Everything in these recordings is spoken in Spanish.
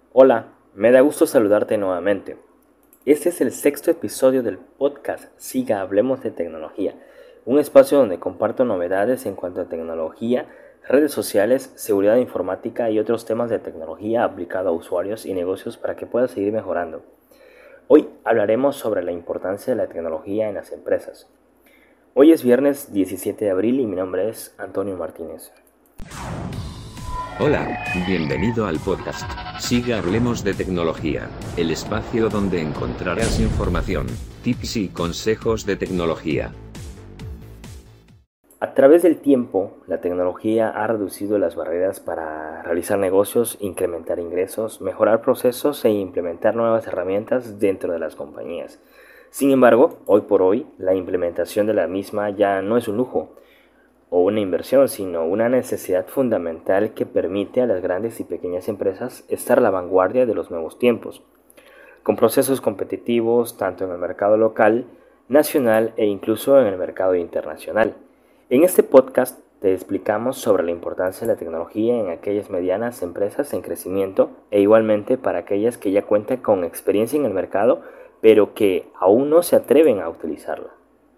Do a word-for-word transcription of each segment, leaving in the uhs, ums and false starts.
Hola, me da gusto saludarte nuevamente. Este es el sexto episodio del podcast Siga Hablemos de Tecnología, un espacio donde comparto novedades en cuanto a tecnología, redes sociales, seguridad informática y otros temas de tecnología aplicado a usuarios y negocios para que puedas seguir mejorando. Hoy hablaremos sobre la importancia de la tecnología en las empresas. Hoy es viernes diecisiete de abril y mi nombre es Antonio Martínez. Hola, bienvenido al podcast Siga Hablemos de Tecnología, el espacio donde encontrarás información, tips y consejos de tecnología. A través del tiempo, la tecnología ha reducido las barreras para realizar negocios, incrementar ingresos, mejorar procesos e implementar nuevas herramientas dentro de las compañías. Sin embargo, hoy por hoy, la implementación de la misma ya no es un lujo o una inversión, sino una necesidad fundamental que permite a las grandes y pequeñas empresas estar a la vanguardia de los nuevos tiempos, con procesos competitivos tanto en el mercado local, nacional e incluso en el mercado internacional. En este podcast te explicamos sobre la importancia de la tecnología en aquellas medianas empresas en crecimiento e igualmente para aquellas que ya cuentan con experiencia en el mercado pero que aún no se atreven a utilizarla.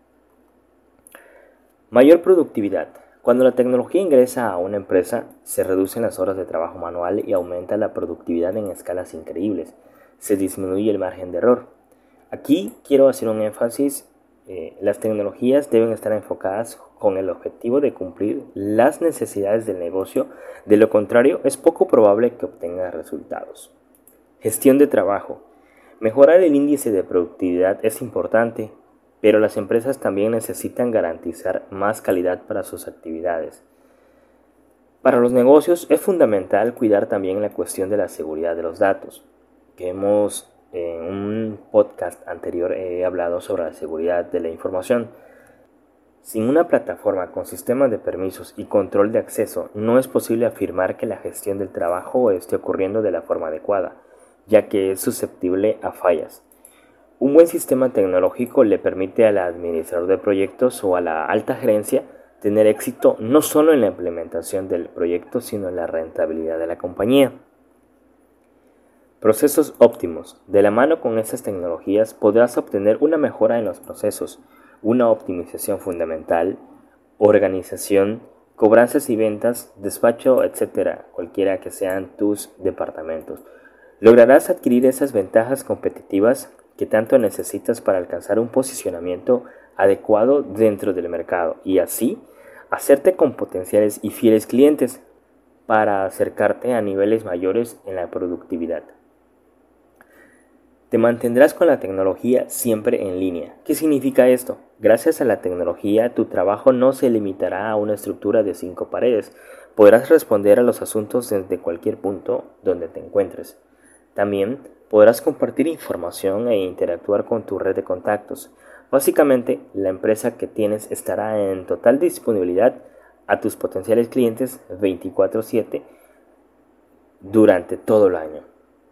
Mayor productividad. Cuando la tecnología ingresa a una empresa, se reducen las horas de trabajo manual y aumenta la productividad en escalas increíbles. Se disminuye el margen de error. Aquí quiero hacer un énfasis. Eh, las tecnologías deben estar enfocadas con el objetivo de cumplir las necesidades del negocio. De lo contrario, es poco probable que obtenga resultados. Gestión de trabajo. Mejorar el índice de productividad es importante, pero las empresas también necesitan garantizar más calidad para sus actividades. Para los negocios es fundamental cuidar también la cuestión de la seguridad de los datos, que hemos en un podcast anterior he hablado sobre la seguridad de la información. Sin una plataforma con sistemas de permisos y control de acceso, no es posible afirmar que la gestión del trabajo esté ocurriendo de la forma adecuada, ya que es susceptible a fallas. Un buen sistema tecnológico le permite al administrador de proyectos o a la alta gerencia tener éxito no solo en la implementación del proyecto, sino en la rentabilidad de la compañía. Procesos óptimos. De la mano con estas tecnologías podrás obtener una mejora en los procesos, una optimización fundamental, organización, cobranzas y ventas, despacho, etcétera, cualquiera que sean tus departamentos. Lograrás adquirir esas ventajas competitivas que tanto necesitas para alcanzar un posicionamiento adecuado dentro del mercado y así hacerte con potenciales y fieles clientes para acercarte a niveles mayores en la productividad. Te mantendrás con la tecnología siempre en línea. ¿Qué significa esto? Gracias a la tecnología, tu trabajo no se limitará a una estructura de cinco paredes. Podrás responder a los asuntos desde cualquier punto donde te encuentres. También podrás compartir información e interactuar con tu red de contactos. Básicamente, la empresa que tienes estará en total disponibilidad a tus potenciales clientes veinticuatro siete durante todo el año.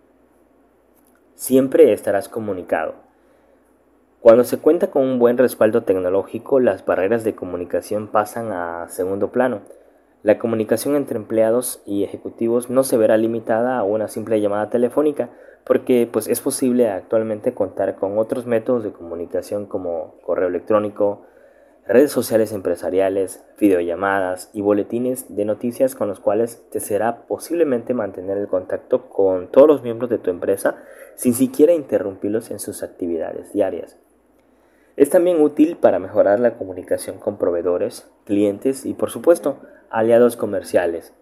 Siempre estarás comunicado. Cuando se cuenta con un buen respaldo tecnológico, las barreras de comunicación pasan a segundo plano. La comunicación entre empleados y ejecutivos no se verá limitada a una simple llamada telefónica, porque pues, es posible actualmente contar con otros métodos de comunicación como correo electrónico, redes sociales empresariales, videollamadas y boletines de noticias con los cuales te será posiblemente mantener el contacto con todos los miembros de tu empresa sin siquiera interrumpirlos en sus actividades diarias. Es también útil para mejorar la comunicación con proveedores, clientes y por supuesto aliados comerciales.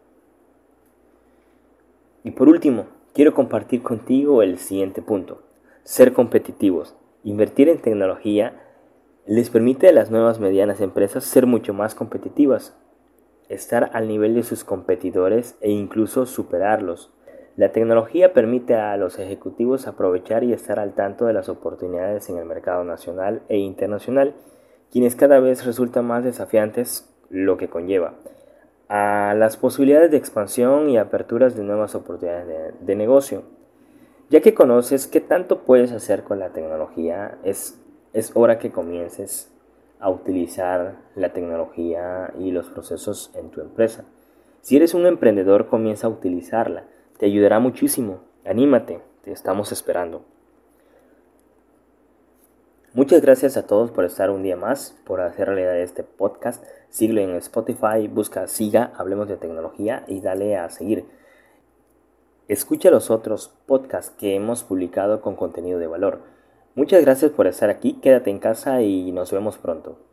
Y por último, quiero compartir contigo el siguiente punto. Ser competitivos. Invertir en tecnología les permite a las nuevas medianas empresas ser mucho más competitivas, estar al nivel de sus competidores e incluso superarlos. La tecnología permite a los ejecutivos aprovechar y estar al tanto de las oportunidades en el mercado nacional e internacional, quienes cada vez resultan más desafiantes, lo que conlleva a las posibilidades de expansión y aperturas de nuevas oportunidades de, de negocio. Ya que conoces qué tanto puedes hacer con la tecnología, es, es hora que comiences a utilizar la tecnología y los procesos en tu empresa. Si eres un emprendedor, comienza a utilizarla. Te ayudará muchísimo Anímate, te estamos esperando. Muchas gracias a todos por estar un día más, por hacer realidad este podcast. Síguelo en Spotify, busca Siga, Hablemos de Tecnología y dale a seguir. Escucha los otros podcasts que hemos publicado con contenido de valor. Muchas gracias por estar aquí, quédate en casa y nos vemos pronto.